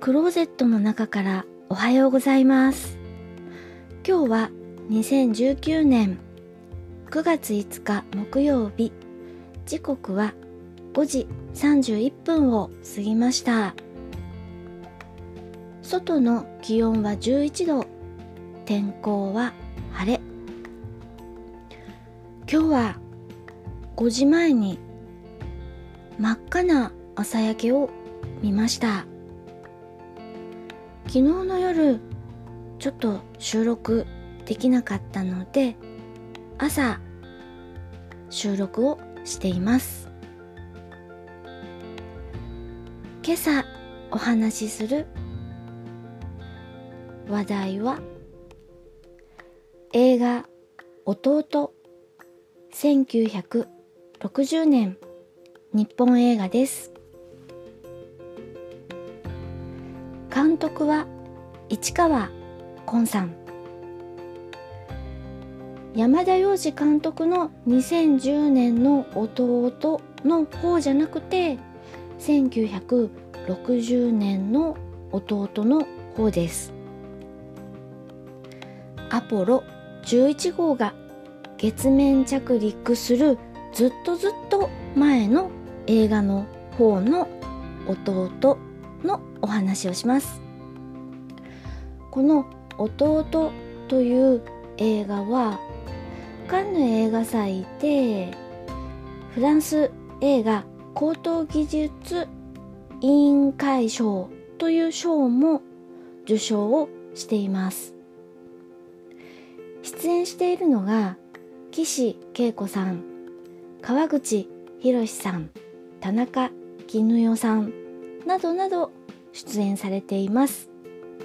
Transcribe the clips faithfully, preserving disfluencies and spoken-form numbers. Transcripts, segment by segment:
クローゼットの中からおはようございます。今日はにせんじゅうきゅうねんくがついつか木曜日、時刻はごじさんじゅういっぷんを過ぎました。外の気温はじゅういちど、天候は晴れ。今日はごじまえに真っ赤な朝焼けを見ました。昨日の夜ちょっと収録できなかったので、朝収録をしています。今朝お話しする話題は映画弟、せんきゅうひゃくろくじゅうねん日本映画です。監督は市川崑さん。山田洋次監督のにせんじゅうねんの弟の方じゃなくて、せんきゅうひゃくろくじゅうねんの弟の方です。アポロじゅういちごうが月面着陸するずっとずっと前の映画の方の弟のお話をします。この弟という映画はカンヌ映画祭でフランス映画高等技術委員会賞という賞も受賞をしています。出演しているのが岸恵子さん、川口浩さん、田中絹代さんなどなど出演されています。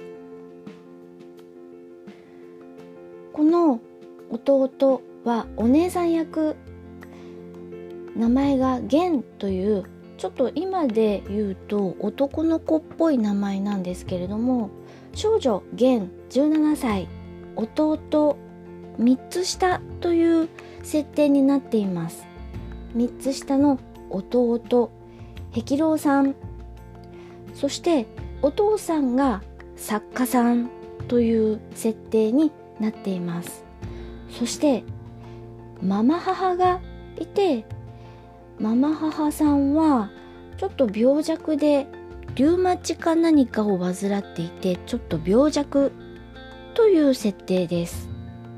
この弟はお姉さん役、名前が玄というちょっと今で言うと男の子っぽい名前なんですけれども、少女玄じゅうななさい、弟みっつ下という設定になっています。みっつ下の弟碧郎さん、そしてお父さんが作家さんという設定になっています。そしてママ母がいて、ママ母さんはちょっと病弱でリュウマチか何かを患っていて、ちょっと病弱という設定です。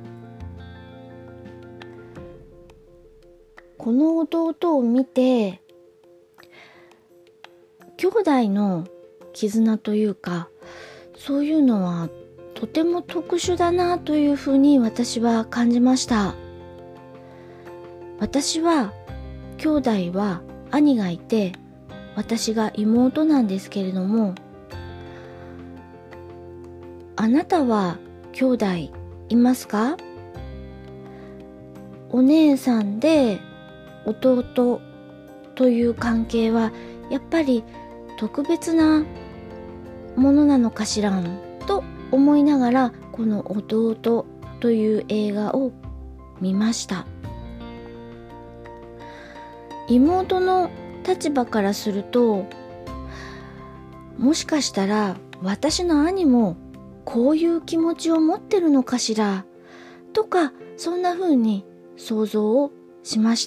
この弟を見て、兄弟の絆というか、そういうのはとても特殊だなというふうに私は感じました。私は兄弟は兄がいて、私が妹なんですけれども、あなたは兄弟いますか？お姉さんで弟という関係はやっぱり特別なものなのかしらんと思いながら、この弟という映画を見ました。妹の立場からすると、もしかしたら私の兄もこういう気持ちを持ってるのかしらとか、そんな風に想像をしました。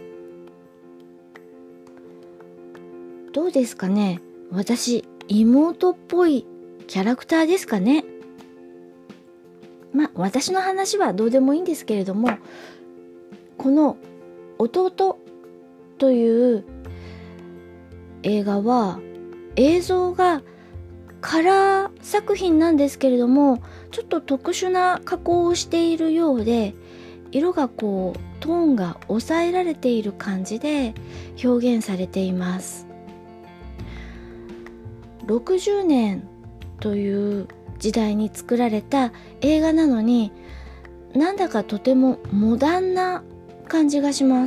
どうですかね？私、妹っぽいキャラクターですかね？まあ、私の話はどうでもいいんですけれども、この弟という映画は映像がカラー作品なんですけれども、ちょっと特殊な加工をしているようで、色がこうトーンが抑えられている感じで表現されています。ろくじゅうねんという時代に作られた映画なのに、なんだかとてもモダンな感じがします。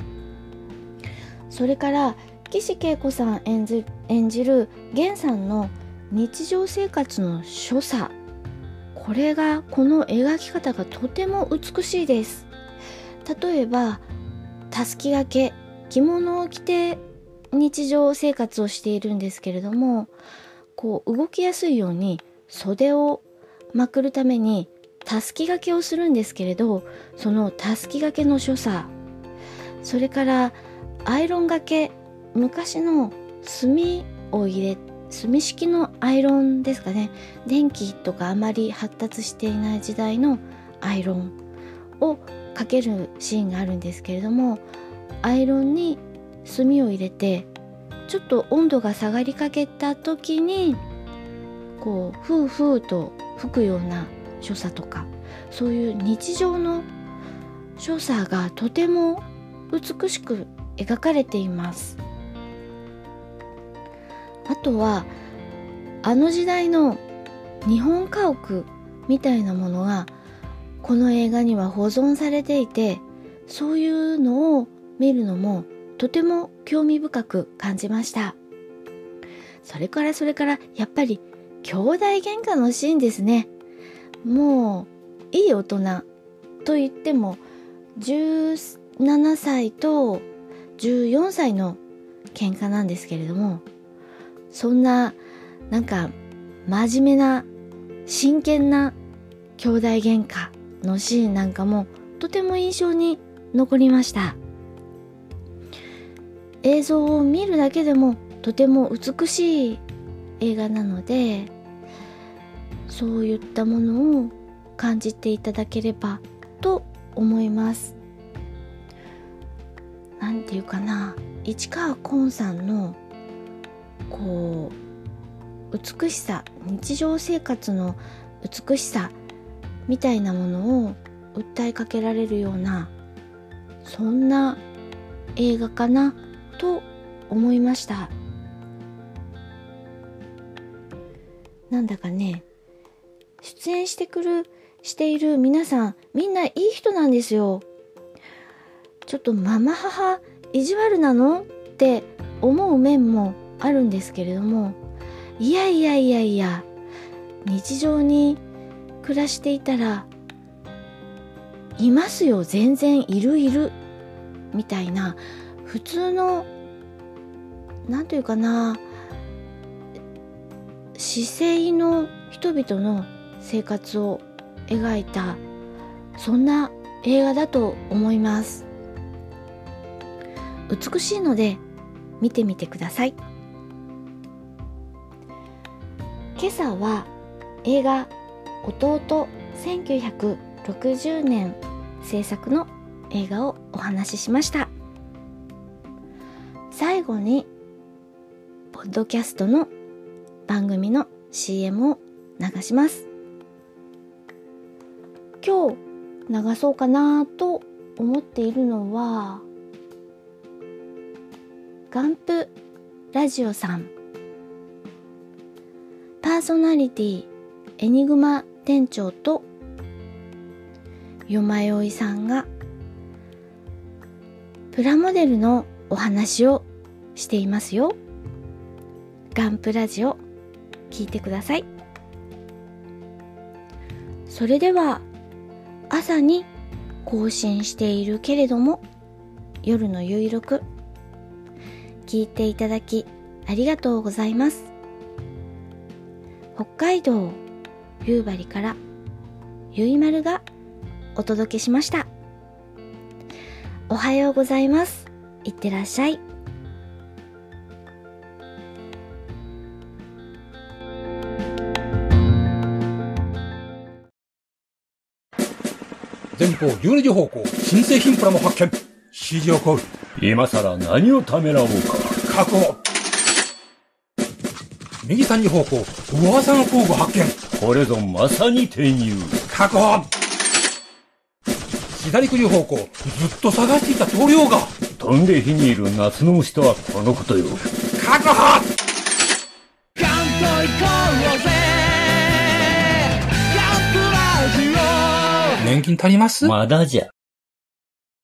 それから岸恵子さん演じ、演じる玄さんの日常生活の所作、これがこの描き方がとても美しいです。例えばたすき掛け、着物を着て日常生活をしているんですけれども、 こう動きやすいように袖をまくるためにたすき掛けをするんですけれど、そのたすき掛けの所作、それからアイロンがけ、昔の墨を入れ墨式のアイロンですかね、電気とかあまり発達していない時代のアイロンをかけるシーンがあるんですけれども、アイロンに墨を入れてちょっと温度が下がりかけた時にこうふうふうと吹くような所作とか、そういう日常の所作がとても美しく描かれています。あとはあの時代の日本家屋みたいなものがこの映画には保存されていて、そういうのを見るのもとても興味深く感じました。それからそれからやっぱり兄弟喧嘩のシーンですね。もういい大人と言ってもじゅうななさいとじゅうよんさいの喧嘩なんですけれども、そんななんか真面目な真剣な兄弟喧嘩のシーンなんかもとても印象に残りました。映像を見るだけでもとても美しい映画なので、そういったものを感じていただければと思います。なんていうかな、市川崑さんのこう美しさ、日常生活の美しさみたいなものを訴えかけられるような、そんな映画かなと思いました。なんだかね、出演してくるしている皆さんみんないい人なんですよ。ちょっとママ母意地悪なのって思う面もあるんですけれども、いやいやいやいや、日常に暮らしていたらいますよ、全然いるいるみたいな、普通のなんというかな、市井の人々の生活を描いた、そんな映画だと思います。美しいので見てみてください。今朝は映画弟、せんきゅうひゃくろくじゅうねん制作の映画をお話ししました。最後にポッドキャストの番組の シーエム を流します。今日流そうかなと思っているのは、ガンプラジオさん、パーソナリティエニグマ店長とよまよいさんがプラモデルのお話をしていますよ。ガンプラジオ聞いてください。それでは朝に更新しているけれども夜のゆいろく聞いていただきありがとうございます。北海道夕張からゆいまるがお届けしました。おはようございます。いってらっしゃい。 前方じゅうにじ方向、新製品プラも発見。指示を行う。 今さら何をためらおうか。 確保。右さんじ方向、噂の工具発見。 これぞまさに転入。 確保。左くじ方向、ずっと探していた棟梁が。 飛んで火にいる夏の虫とはこのことよ。 確保。 ガンと行こうぜ。ガンプラジオ。 年金足ります？ まだじゃ。